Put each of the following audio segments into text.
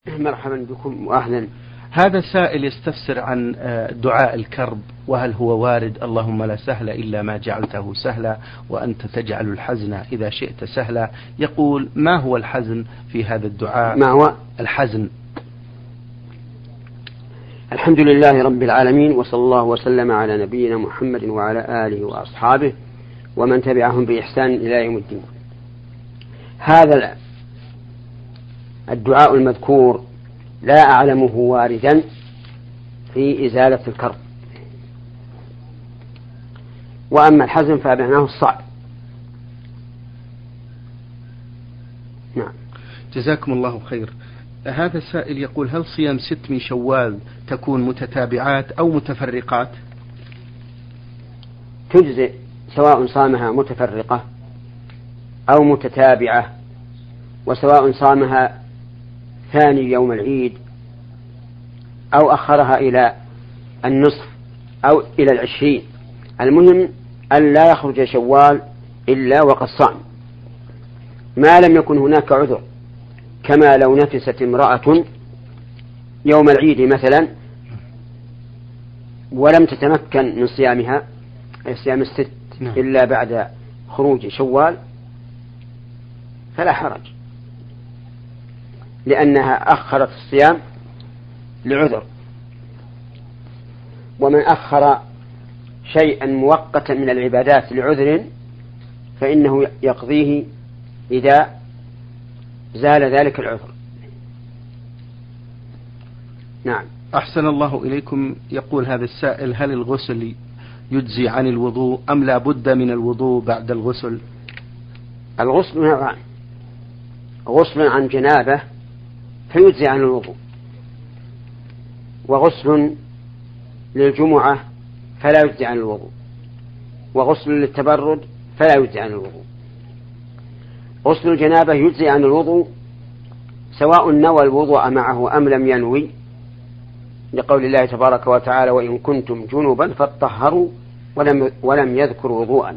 مرحبا بكم وأهلا. هذا سائل يستفسر عن دعاء الكرب، وهل هو وارد؟ اللهم لا سهل إلا ما جعلته سهلا وأنت تجعل الحزن إذا شئت سهلا. يقول: ما هو الحزن في هذا الدعاء؟ ما هو الحزن؟ الحمد لله رب العالمين، وصلى الله وسلم على نبينا محمد وعلى آله وأصحابه ومن تبعهم بإحسان إلى يوم الدين. هذا الدعاء المذكور لا أعلمه واردا في إزالة الكرب، وأما الحزن فمعناه الصعب. نعم. جزاكم الله خير. هذا السائل يقول: هل صيام 6 من شوال تكون متتابعات أو متفرقات؟ تجزئ سواء صامها متفرقة أو متتابعة، وسواء صامها ثاني يوم العيد أو أخرها إلى النصف أو إلى 20. المهم أن لا يخرج شوال إلا وقد صام، ما لم يكن هناك عذر، كما لو نفست امرأة يوم العيد مثلا ولم تتمكن من صيامها صيام 6 إلا بعد خروج شوال فلا حرج، لأنها أخرت الصيام لعذر. ومن أخر شيئا مؤقتا من العبادات لعذر فإنه يقضيه إذا زال ذلك العذر. نعم. أحسن الله إليكم. يقول هذا السائل: هل الغسل يجزي عن الوضوء أم لا بد من الوضوء بعد الغسل؟ الغسل نوعان: غسل عن جنابة فيجزي عن الوضوء، وغسل للجمعة فلا يجزي عن الوضوء، وغسل للتبرد فلا يجزي عن الوضوء. غسل الجنابة يجزي عن الوضوء سواء نوى الوضوء معه أم لم ينوي، لقول الله تبارك وتعالى: وإن كنتم جنبا فاطهروا، ولم يذكر وضوءا،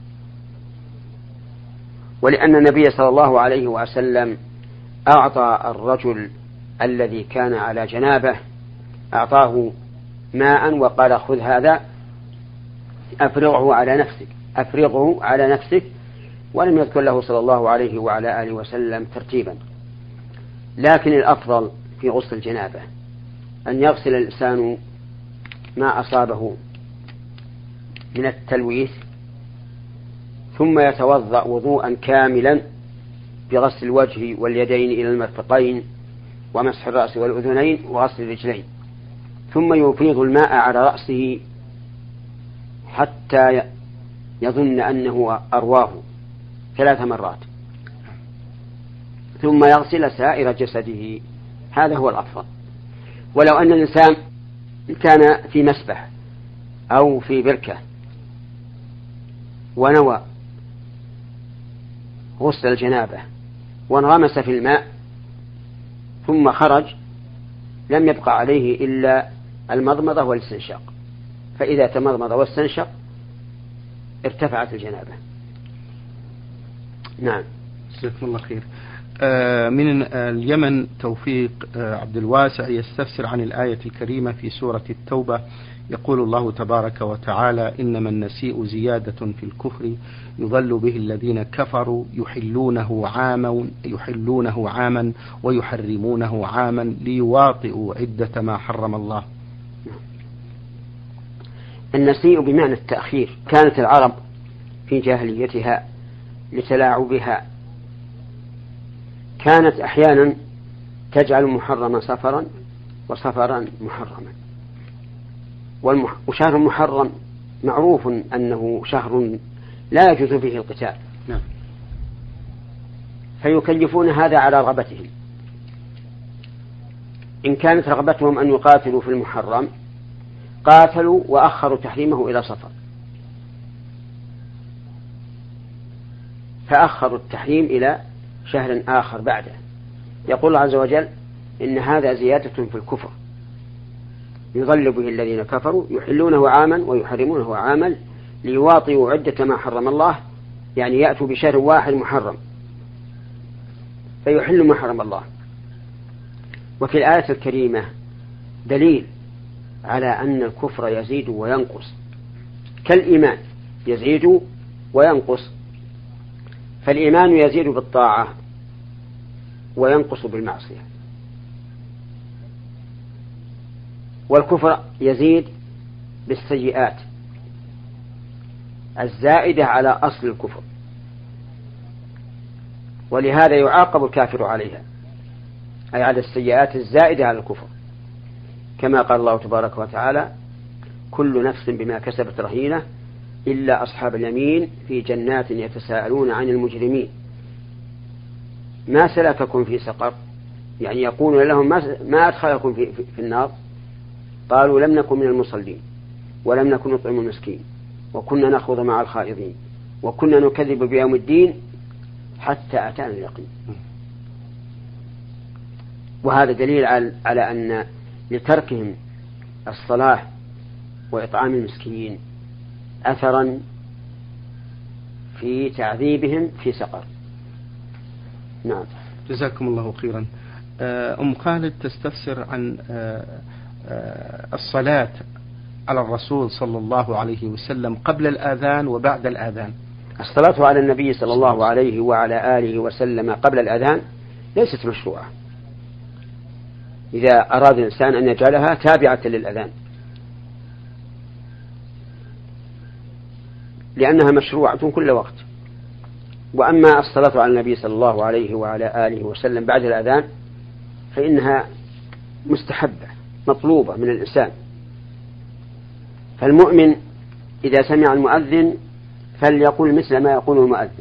ولأن النبي صلى الله عليه وسلم أعطى الرجل الذي كان على جنابه أعطاه ماء وقال: خذ هذا أفرغه على نفسك، ولم يذكر له صلى الله عليه وعلى آله وسلم ترتيبا. لكن الأفضل في غسل الجنابة أن يغسل الإنسان ما أصابه من التلويث، ثم يتوضأ وضوءا كاملا بغسل الوجه واليدين إلى المرفقين ومسح الرأس والأذنين وغسل الرجلين، ثم يفيض الماء على رأسه حتى يظن أنه أرواه 3 مرات، ثم يغسل سائر جسده. هذا هو الأفضل. ولو أن الإنسان كان في مسبح أو في بركة ونوى غسل الجنابة وانغمس في الماء ثم خرج، لم يبقى عليه إلا المضمضة والاستنشاق، فإذا تمضمض واستنشق ارتفعت الجنابة. نعم. جزاكم الله خير. من اليمن توفيق عبد الواسع يستفسر عن الآية الكريمة في سورة التوبة. يقول الله تبارك وتعالى: إنما النسيء زيادة في الكفر يضل به الذين كفروا يحلونه عاما ويحرمونه عاما ليواطئوا عدة ما حرم الله. النسيء بمعنى التأخير. كانت العرب في جاهليتها لتلاعبها كانت أحيانا تجعل محرما صفرا وصفرا محرما، وشهر محرم معروف أنه شهر لا يجوز فيه القتال، فيكلفون هذا على رغبتهم. إن كانت رغبتهم أن يقاتلوا في المحرم قاتلوا وأخروا تحريمه إلى صفر، فأخروا التحريم إلى شهر آخر بعده. يقول الله عز وجل: إن هذا زيادة في الكفر يضل به الذين كفروا يحلونه عاما ويحرمونه عاما ليواطئوا عدة ما حرم الله، يعني يأتوا بشهر 1 محرم فيحل ما حرم الله. وفي الآية الكريمة دليل على أن الكفر يزيد وينقص كالإيمان يزيد وينقص. فالإيمان يزيد بالطاعة وينقص بالمعصية، والكفر يزيد بالسيئات الزائدة على أصل الكفر، ولهذا يعاقب الكافر عليها، أي على السيئات الزائدة على الكفر، كما قال الله تبارك وتعالى: كل نفس بما كسبت رهينة إلا أصحاب اليمين في جنات يتساءلون عن المجرمين ما سلككم في سقر، يعني يقول لهم ما أدخلكم في النار؟ قالوا لم نكن من المصلين ولم نكن نطعم المسكين وكنا نخوض مع الخائضين وكنا نكذب بيوم الدين حتى أتانا اليقين. وهذا دليل على أن لتركهم الصلاة وإطعام المسكين أثرا في تعذيبهم في سقر. نعم. جزاكم الله خيرا. أم خالد تستفسر عن الصلاة على الرسول صلى الله عليه وسلم قبل الآذان وبعد الآذان. الصلاة على النبي صلى الله عليه وعلى آله وسلم قبل الأذان ليست مشروعة، إذا أراد الإنسان أن يجعلها تابعة للأذان، لأنها مشروعة كل وقت. وأما الصلاة على النبي صلى الله عليه وعلى آله وسلم بعد الأذان فإنها مستحبة مطلوبة من الإنسان. فالمؤمن إذا سمع المؤذن فليقول مثل ما يقول المؤذن،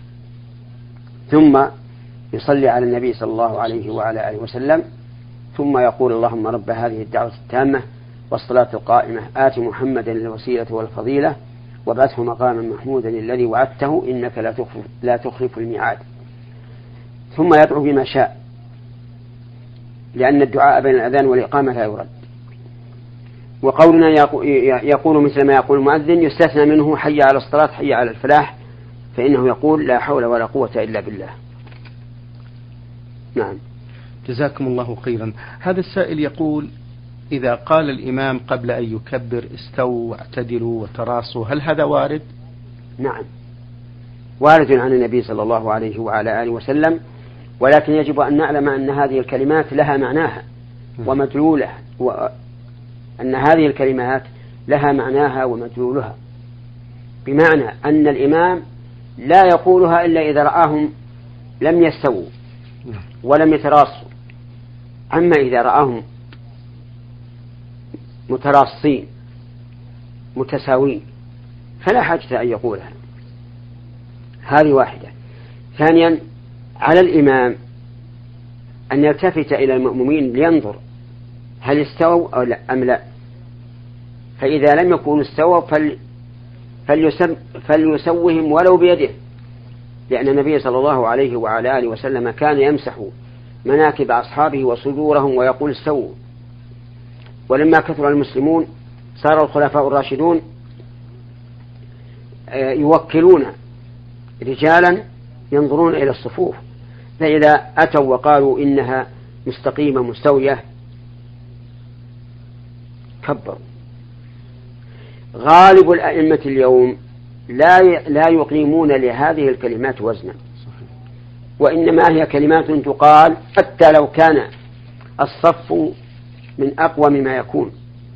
ثم يصلي على النبي صلى الله عليه وعلى آله وسلم، ثم يقول: اللهم رب هذه الدعوة التامة والصلاة القائمة آت محمدا الوسيلة والفضيلة وابعثه مقاما محمودا الذي وعدته إنك لا تخلف الميعاد. ثم يدعو بما شاء، لأن الدعاء بين الأذان والإقامة لا يرد. وقولنا يقول مثل ما يقول المؤذن يستثنى منه حي على الصلاة حي على الفلاح، فإنه يقول: لا حول ولا قوة إلا بالله. نعم. جزاكم الله خيرا. هذا السائل يقول: إذا قال الإمام قبل أن يكبر استووا واعتدلوا وتراصوا، هل هذا وارد؟ نعم، وارد عن النبي صلى الله عليه وعلى آله وسلم، ولكن يجب أن نعلم أن هذه الكلمات لها معناها ومدلولها، وأن هذه الكلمات لها معناها ومدلولها، بمعنى أن الإمام لا يقولها إلا إذا رآهم لم يستووا ولم يتراصوا. أما إذا رآهم متراصين متساوين فلا حاجة أن يقولها. هذه واحدة. ثانيا، على الإمام أن يلتفت إلى المأمومين لينظر هل استووا أو لا أم لا، فإذا لم يكونوا استووا فليسوهم ولو بيده، لأن النبي صلى الله عليه وعلى آله وسلم كان يمسح مناكب أصحابه وصدورهم ويقول استووا. ولما كثر المسلمون صار الخلفاء الراشدون يوكلون رجالا ينظرون إلى الصفوف، فإذا أتوا وقالوا إنها مستقيمة مستوية كبروا. غالب الأئمة اليوم لا يقيمون لهذه الكلمات وزنا، وإنما هي كلمات تقال حتى لو كان الصف من أقوى مما يكون،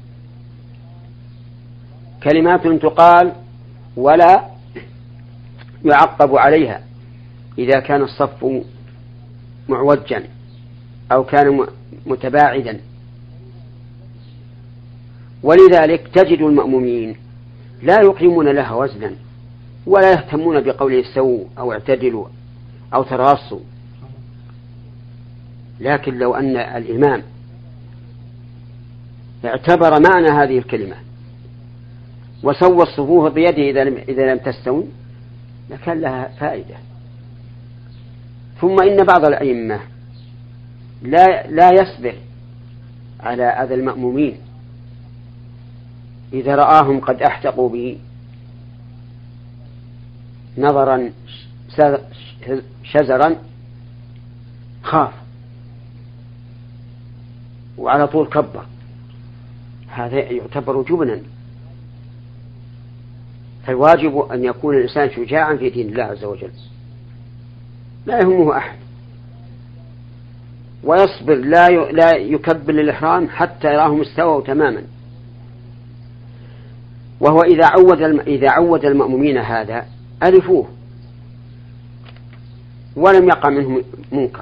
كلمات تقال ولا يعقب عليها إذا كان الصف معوجا أو كان متباعدا. ولذلك تجد المأمومين لا يقيمون لها وزنا ولا يهتمون بقوله استووا أو اعتدلوا أو تراصوا. لكن لو أن الإمام اعتبر معنى هذه الكلمة وسوى الصفوف بيده إذا لم تستوي لكان لها فائدة. ثم إن بعض الأئمة لا يصبر على أذى المأمومين إذا رآهم قد أحتقوا به نظرا شزرا خاف وعلى طول كبر، هذا يعتبر جبنا. فالواجب أن يكون الإنسان شجاعا في دين الله عز وجل، لا يهمه أحد، ويصبر لا يكبر للإحرام حتى يراه مستوى تماما. وهو إذا عود المأمومين هذا ألفوه ولم يقع منه منكر.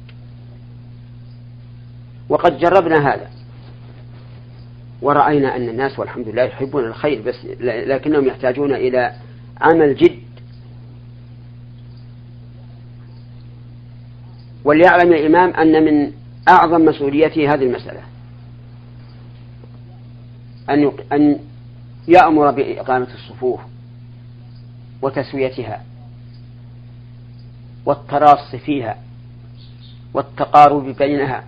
وقد جربنا هذا ورأينا أن الناس والحمد لله يحبون الخير، بس لكنهم يحتاجون إلى عمل جد. وليعلم الإمام أن من أعظم مسؤوليته هذه المسألة، أن يأمر بإقامة الصفوف وتسويتها والتراص فيها والتقارب بينها.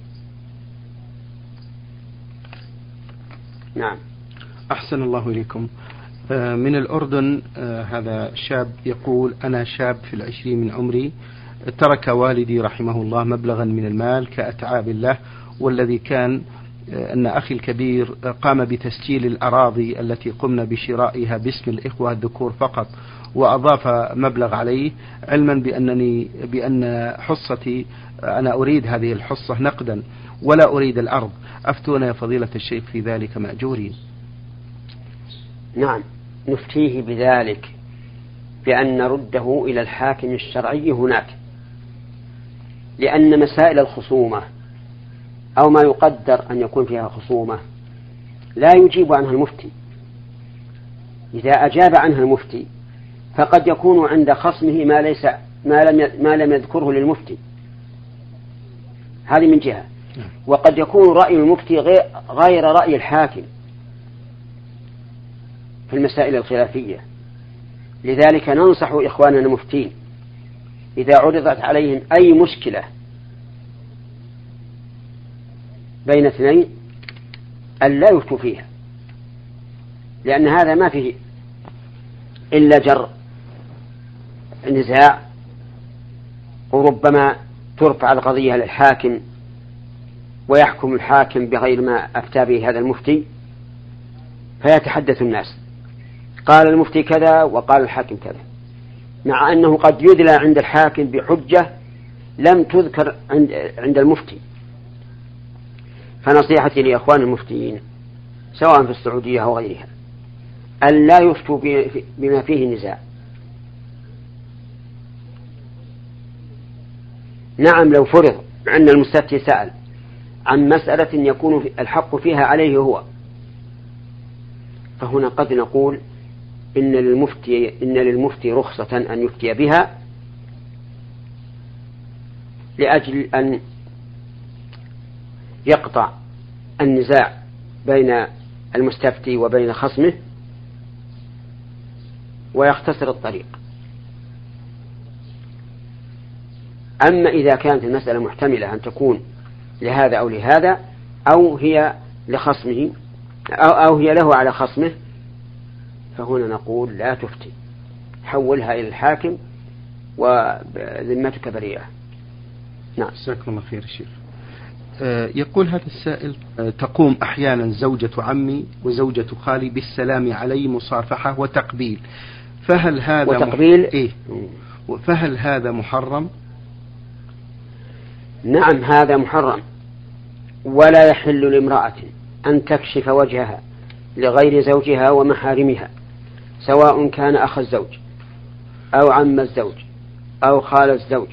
نعم. أحسن الله إليكم. من الأردن هذا شاب يقول: أنا شاب في 20 من عمري، ترك والدي رحمه الله مبلغا من المال كأتعاب الله، والذي كان أن أخي الكبير قام بتسجيل الأراضي التي قمنا بشرائها باسم الإخوة الذكور فقط، وأضاف مبلغ عليه، علما بأن حصتي أنا أريد هذه الحصة نقدا ولا أريد الأرض. أفتونا يا فضيلة الشيخ في ذلك مأجورين. نعم، نفتيه بذلك بأن نرده إلى الحاكم الشرعي هناك، لأن مسائل الخصومة أو ما يقدر أن يكون فيها خصومة لا يجيب عنها المفتي. إذا أجاب عنها المفتي فقد يكون عند خصمه ما لم يذكره للمفتي، هذه من جهة. وقد يكون رأي المفتي غير رأي الحاكم في المسائل الخلافية. لذلك ننصح إخواننا المفتين إذا عرضت عليهم أي مشكلة بين اثنين أن لا يفتوا فيها، لأن هذا ما فيه إلا جر نزاع، وربما ترفع القضية للحاكم ويحكم الحاكم بغير ما أفتى به هذا المفتي، فيتحدث الناس قال المفتي كذا وقال الحاكم كذا، مع أنه قد يدلى عند الحاكم بحجة لم تذكر عند المفتي. فنصيحتي لإخوان المفتيين سواء في السعودية أو غيرها أن لا يفتوا بما فيه نزاع. نعم، لو فرض أن المستفتي سأل عن مسألة يكون الحق فيها عليه هو، فهنا قد نقول إن للمفتي رخصة أن يفتي بها لأجل أن يقطع النزاع بين المستفتي وبين خصمه ويختصر الطريق. أما إذا كانت المسألة محتملة أن تكون لهذا أو لهذا، أو هي لخصمه أو هي له على خصمه، فهنا نقول لا تفتي، حولها إلى الحاكم وذمتك بريئة. نعم، جزاكم الله خير الشيخ. يقول هذا السائل: تقوم أحيانا زوجة عمي وزوجة خالي بالسلام علي مصافحة وتقبيل، فهل هذا فهل هذا محرم؟ نعم، هذا محرم، ولا يحل لامرأة أن تكشف وجهها لغير زوجها ومحارمها، سواء كان أخ الزوج أو عم الزوج أو خال الزوج،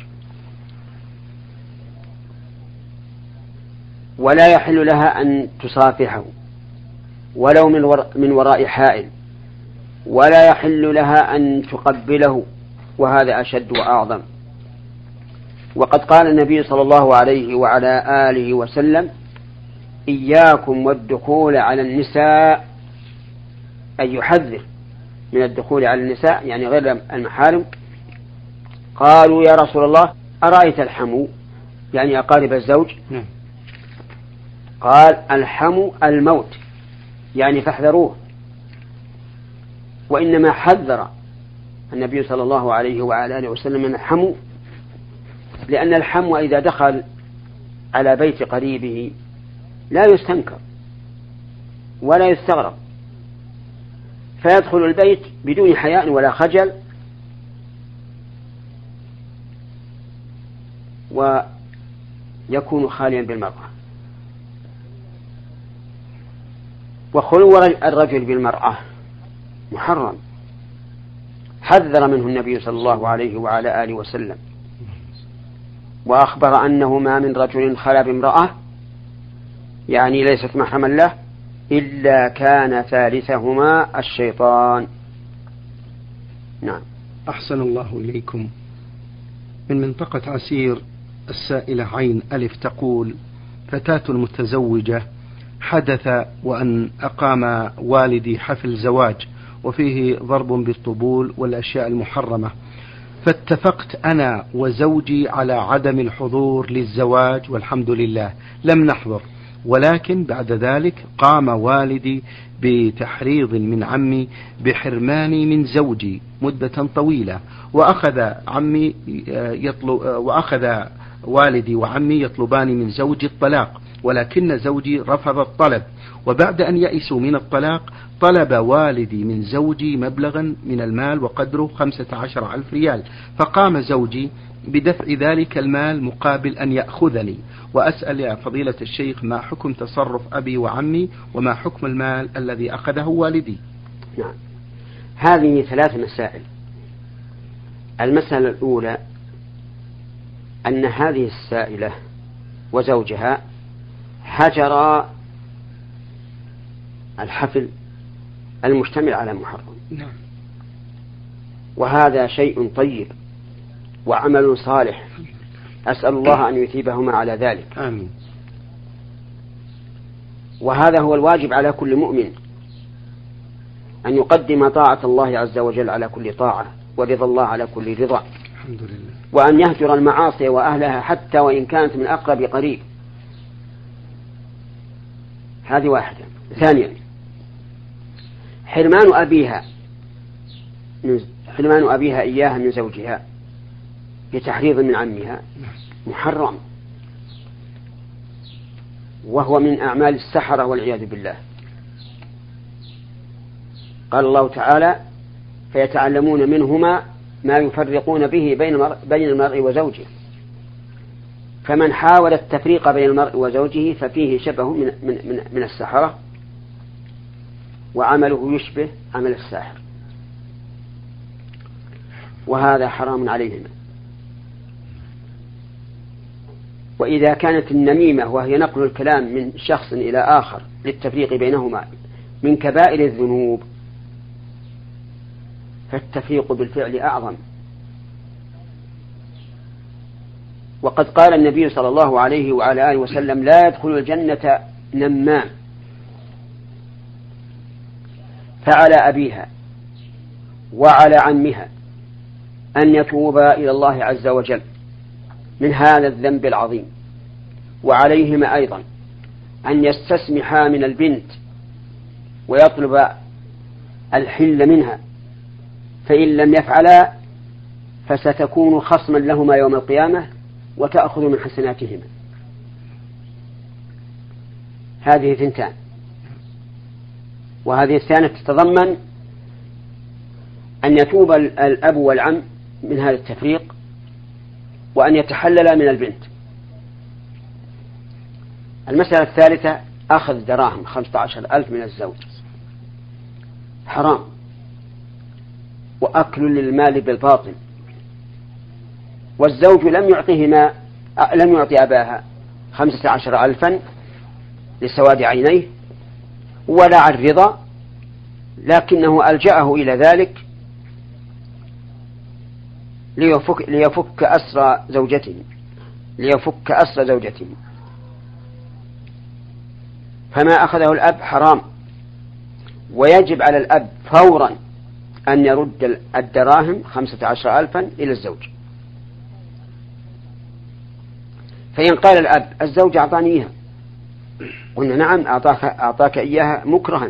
ولا يحل لها أن تصافحه ولو من وراء حائل، ولا يحل لها أن تقبله، وهذا أشد وأعظم. وقد قال النبي صلى الله عليه وعلى آله وسلم: إياكم والدخول على النساء، أي يحذر من الدخول على النساء يعني غير المحارم. قالوا: يا رسول الله أرأيت الحمو، يعني أقارب الزوج؟ قال: الحمو الموت، يعني فاحذروه. وإنما حذر النبي صلى الله عليه وعلى آله وسلم من الحمو، لأن الحمو إذا دخل على بيت قريبه لا يستنكر ولا يستغرب، فيدخل البيت بدون حياء ولا خجل، ويكون خاليا بالمرأة. وخلو الرجل بالمرأة محرم، حذر منه النبي صلى الله عليه وعلى آله وسلم، وأخبر أنه ما من رجل خلا بامرأة يعني ليست محرما له إلا كان ثالثهما الشيطان. نعم. أحسن الله إليكم. من منطقة عسير السائلة عين ألف تقول: فتاة متزوجة حدث وأن أقام والدي حفل زواج وفيه ضرب بالطبول والأشياء المحرمة، فاتفقت أنا وزوجي على عدم الحضور للزواج والحمد لله لم نحضر، ولكن بعد ذلك قام والدي بتحريض من عمي بحرماني من زوجي مدة طويلة، وأخذ والدي وعمي يطلبان من زوجي الطلاق، ولكن زوجي رفض الطلب، وبعد أن يئسوا من الطلاق طلب والدي من زوجي مبلغا من المال وقدره 15,000 ريال، فقام زوجي بدفع ذلك المال مقابل أن يأخذني. وأسأل يا فضيلة الشيخ ما حكم تصرف أبي وعمي وما حكم المال الذي أخذه والدي؟ نعم. هذه 3 مسائل. المسألة الأولى أن هذه السائلة وزوجها هجر الحفل المشتمل على محرم، وهذا شيء طيب وعمل صالح، أسأل الله أن يثيبهما على ذلك. آمين. وهذا هو الواجب على كل مؤمن، أن يقدم طاعة الله عز وجل على كل طاعة، ورضا الله على كل رضا، الحمد لله، وأن يهجر المعاصي وأهلها حتى وإن كانت من أقرب قريب. هذه واحدة. ثانيا، حرمان أبيها إياها من زوجها بتحريض من عمها محرم، وهو من أعمال السحرة والعياذ بالله. قال الله تعالى: فيتعلمون منهما ما يفرقون به بين المرء وزوجه. فمن حاول التفريق بين المرء وزوجه ففيه شبه من السحرة، وعمله يشبه عمل الساحر، وهذا حرام عليهما. وإذا كانت النميمة وهي نقل الكلام من شخص إلى آخر للتفريق بينهما من كبائر الذنوب، فالتفريق بالفعل أعظم. وقد قال النبي صلى الله عليه وعلى آله وسلم: لا يدخل الجنة نمام. فعلى أبيها وعلى عمها أن يتوبا إلى الله عز وجل من هذا الذنب العظيم، وعليهما أيضا أن يستسمحا من البنت ويطلب الحل منها، فإن لم يفعلا فستكون خصما لهما يوم القيامة وتأخذ من حسناتهما. هذه 2. وهذه الثانية تتضمن أن يتوب الأب والعم من هذا التفريق، وأن يتحلل من البنت. المسألة الثالثة: أخذ دراهم 15,000 من الزوج حرام، وأكل للمال بالباطل. والزوج لم يعطي أباها 15,000 لسواد عينيه ولا عن رضا، لكنه ألجأه إلى ذلك ليفك أسر زوجته. فما أخذه الأب حرام، ويجب على الأب فورا أن يرد الدراهم 15,000 إلى الزوج. فإن قال الأب: الزوج أعطاني إياها، قلنا: نعم، أعطاك إياها مكرها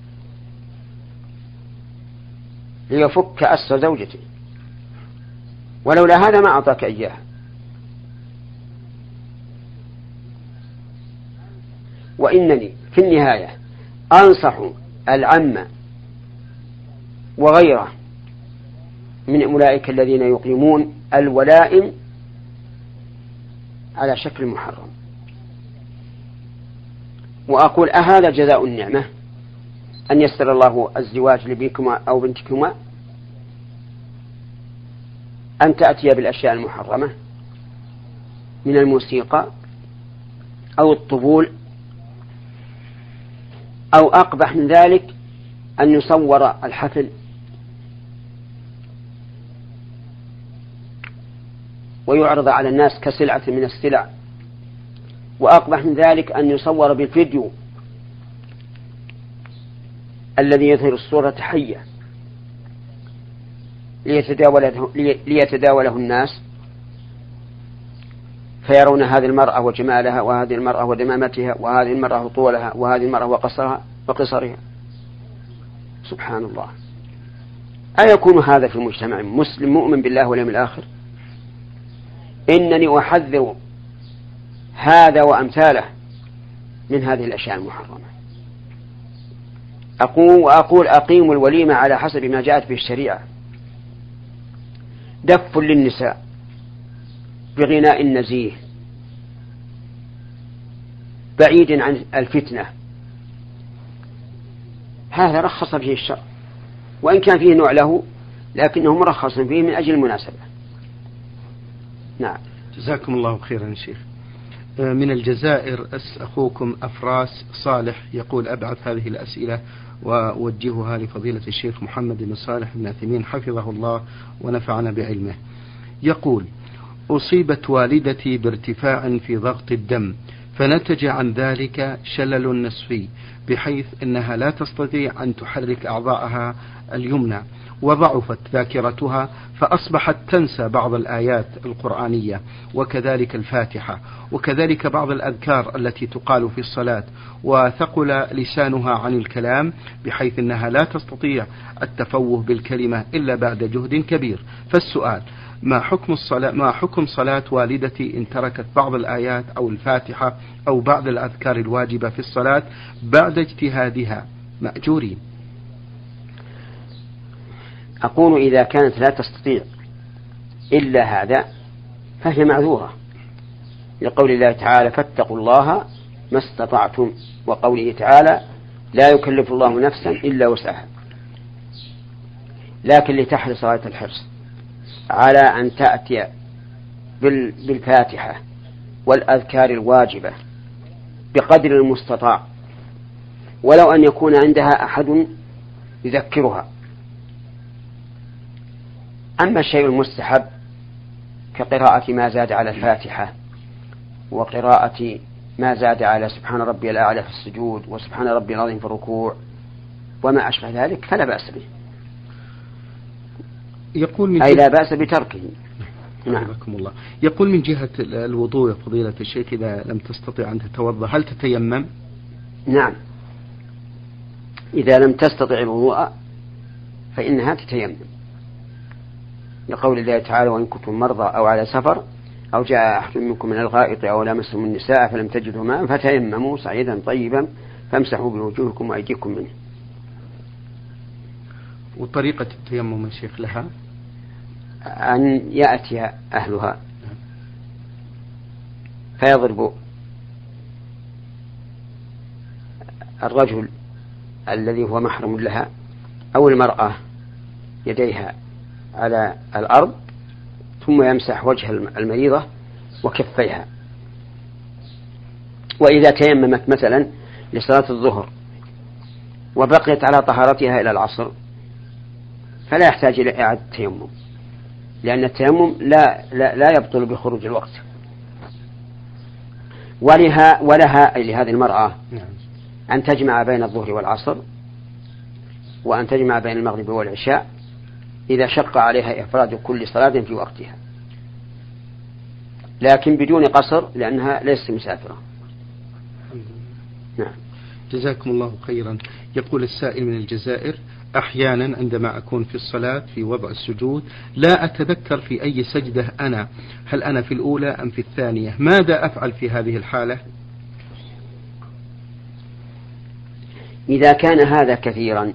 ليفك أسر زوجته، ولولا هذا ما أعطاك إياها. وإنني في النهاية أنصح العامة وغيره من أولئك الذين يقيمون الولائم على شكل محرم، وأقول أهذا جزاء النعمة أن يسر الله الزواج لبنكما أو بنتكما أن تأتي بالأشياء المحرمة من الموسيقى أو الطبول، أو أقبح من ذلك أن يصور الحفل ويعرض على الناس كسلعة من السلع، وأقبح من ذلك أن يصور بالفيديو الذي يظهر الصورة حية ليتداوله الناس فيرون هذه المرأة وجمالها، وهذه المرأة ودمامتها، وهذه المرأة وطولها، وهذه المرأة وقصرها. سبحان الله، أيكون هذا في المجتمع مسلم مؤمن بالله واليوم الآخر؟ إنني أحذر هذا وأمثاله من هذه الأشياء المحرمة. أقول أقيموا الوليمة على حسب ما جاءت به الشريعة، دف للنساء بغناء نزيه بعيد عن الفتنة، هذا رخص فيه الشرع، وإن كان فيه نوع له لكنه مرخص فيه من أجل المناسبة. نعم. جزاكم الله خيرا يا شيخ. من الجزائر أخوكم أفراس صالح يقول: أبعث هذه الأسئلة ووجهها لفضيلة الشيخ محمد بن صالح بن عثيمين حفظه الله ونفعنا بعلمه. يقول: أصيبت والدتي بارتفاع في ضغط الدم، فنتج عن ذلك شلل نصفي بحيث أنها لا تستطيع أن تحرك أعضاءها اليمنى، وضعفت ذاكرتها فأصبحت تنسى بعض الآيات القرآنية وكذلك الفاتحة وكذلك بعض الأذكار التي تقال في الصلاة، وثقل لسانها عن الكلام بحيث أنها لا تستطيع التفوه بالكلمة إلا بعد جهد كبير. فالسؤال: ما حكم صلاة والدتي إن تركت بعض الآيات أو الفاتحة أو بعض الأذكار الواجبة في الصلاة بعد اجتهادها مأجورين؟ أقول إذا كانت لا تستطيع إلا هذا فهي معذورة، لقول الله تعالى: فاتقوا الله ما استطعتم، وقوله تعالى: لا يكلف الله نفسا إلا وسعها. لكن لتحرص غاية الحرص على أن تأتي بالفاتحة والأذكار الواجبة بقدر المستطاع، ولو أن يكون عندها أحد يذكرها. أما الشيء المستحب كقراءة ما زاد على الفاتحة، وقراءة ما زاد على سبحان ربي الأعلى في السجود، وسبحان ربي العظيم في الركوع، وما أشبه ذلك، فلا بأس به، أي لا بأس بتركه. نعم. الله. يقول: من جهة الوضوء يا فضيلة الشيخ، إذا لم تستطع أن تتوضأ هل تتيمم؟ نعم، إذا لم تستطع الوضوء فإنها تتيمم، لقول الله تعالى: وإن كنتم مرضى أو على سفر أو جاء أحد منكم من الغائط أو لامستم النساء فلم تجدوا ماء فتيمموا صعيدا طيبا فامسحوا بوجوهكم وأيديكم منه. وطريقة التيمم يا شيخ لها أن يأتي أهلها فيضرب الرجل الذي هو محرم لها أو المرأة يديها على الأرض، ثم يمسح وجه المريضة وكفيها. وإذا تيممت مثلا لصلاة الظهر وبقيت على طهارتها إلى العصر فلا يحتاج إلى إعادة التيمم، لأن التيمم لا يبطل بخروج الوقت. ولها أي لهذه المرأة أن تجمع بين الظهر والعصر، وأن تجمع بين المغرب والعشاء إذا شق عليها إفراد كل صلاة في وقتها، لكن بدون قصر لأنها ليست مسافرة. نعم. جزاكم الله خيرا. يقول السائل من الجزائر: أحيانا عندما أكون في الصلاة في وضع السجود لا أتذكر في أي سجدة أنا، هل أنا في الأولى أم في الثانية؟ ماذا أفعل في هذه الحالة؟ إذا كان هذا كثيرا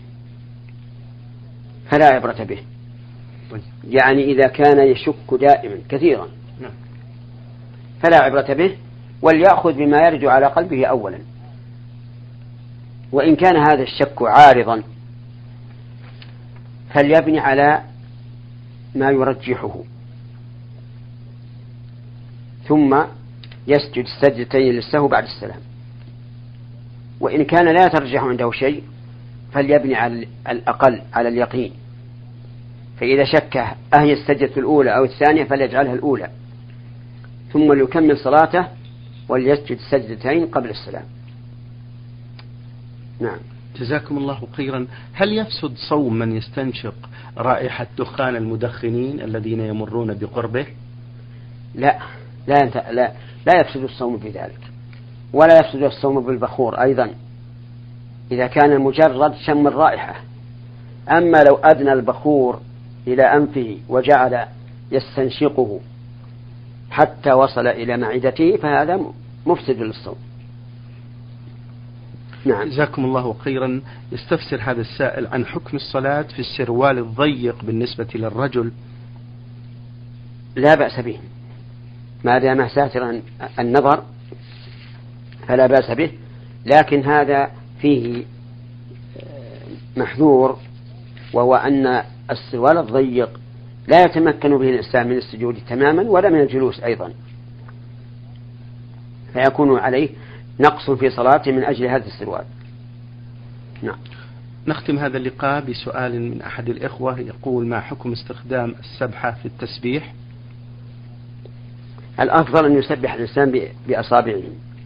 فلا عبرة به، يعني إذا كان يشك دائما كثيرا فلا عبرة به، وليأخذ بما يرجع على قلبه أولا. وإن كان هذا الشك عارضا فليبني على ما يرجحه، ثم يسجد سجدتين للسهو بعد السلام. وإن كان لا يترجح عنده شيء فليبني على الأقل على اليقين، فإذا شك أهي السجدة الأولى أو الثانية فليجعلها الأولى، ثم ليكمل صلاته وليسجد سجدتين قبل السلام. نعم. جزاكم الله خيرا. هل يفسد صوم من يستنشق رائحة دخان المدخنين الذين يمرون بقربه؟ لا يفسد الصوم بذلك، ولا يفسد الصوم بالبخور أيضا إذا كان مجرد شم الرائحة. أما لو أدنى البخور إلى أنفه وجعل يستنشقه حتى وصل إلى معدته فهذا مفسد للصوم. نعم. جزاكم الله خيرا. يستفسر هذا السائل عن حكم الصلاة في السروال الضيق بالنسبة للرجل. لا بأس به ما دام ساترا النظر فلا بأس به، لكن هذا فيه محذور، وهو أن السروال الضيق لا يتمكن به الإنسان من السجود تماما ولا من الجلوس أيضا، فيكون عليه نقص في صلاته من أجل هذا السروال. نعم. نختم هذا اللقاء بسؤال من أحد الإخوة يقول: ما حكم استخدام السبحة في التسبيح؟ الأفضل أن يسبح الإنسان بأصابعه،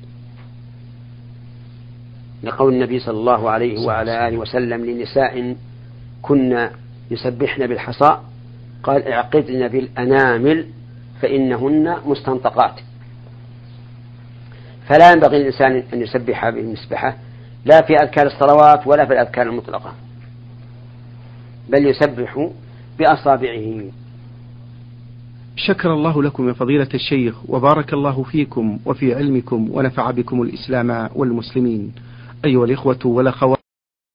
لقول النبي صلى الله عليه وعلى آله وسلم لنساء كنا يسبحن بالحصى قال: اعقدن بالأنامل فإنهن مستنطقات. فلا ينبغي للإنسان أن يسبح بالمسبحة لا في أذكار الصلوات ولا في الأذكار المطلقة، بل يسبح بأصابعه. شكر الله لكم يا فضيلة الشيخ، وبارك الله فيكم وفي علمكم، ونفع بكم الإسلام والمسلمين. أيها الإخوة والأخوات،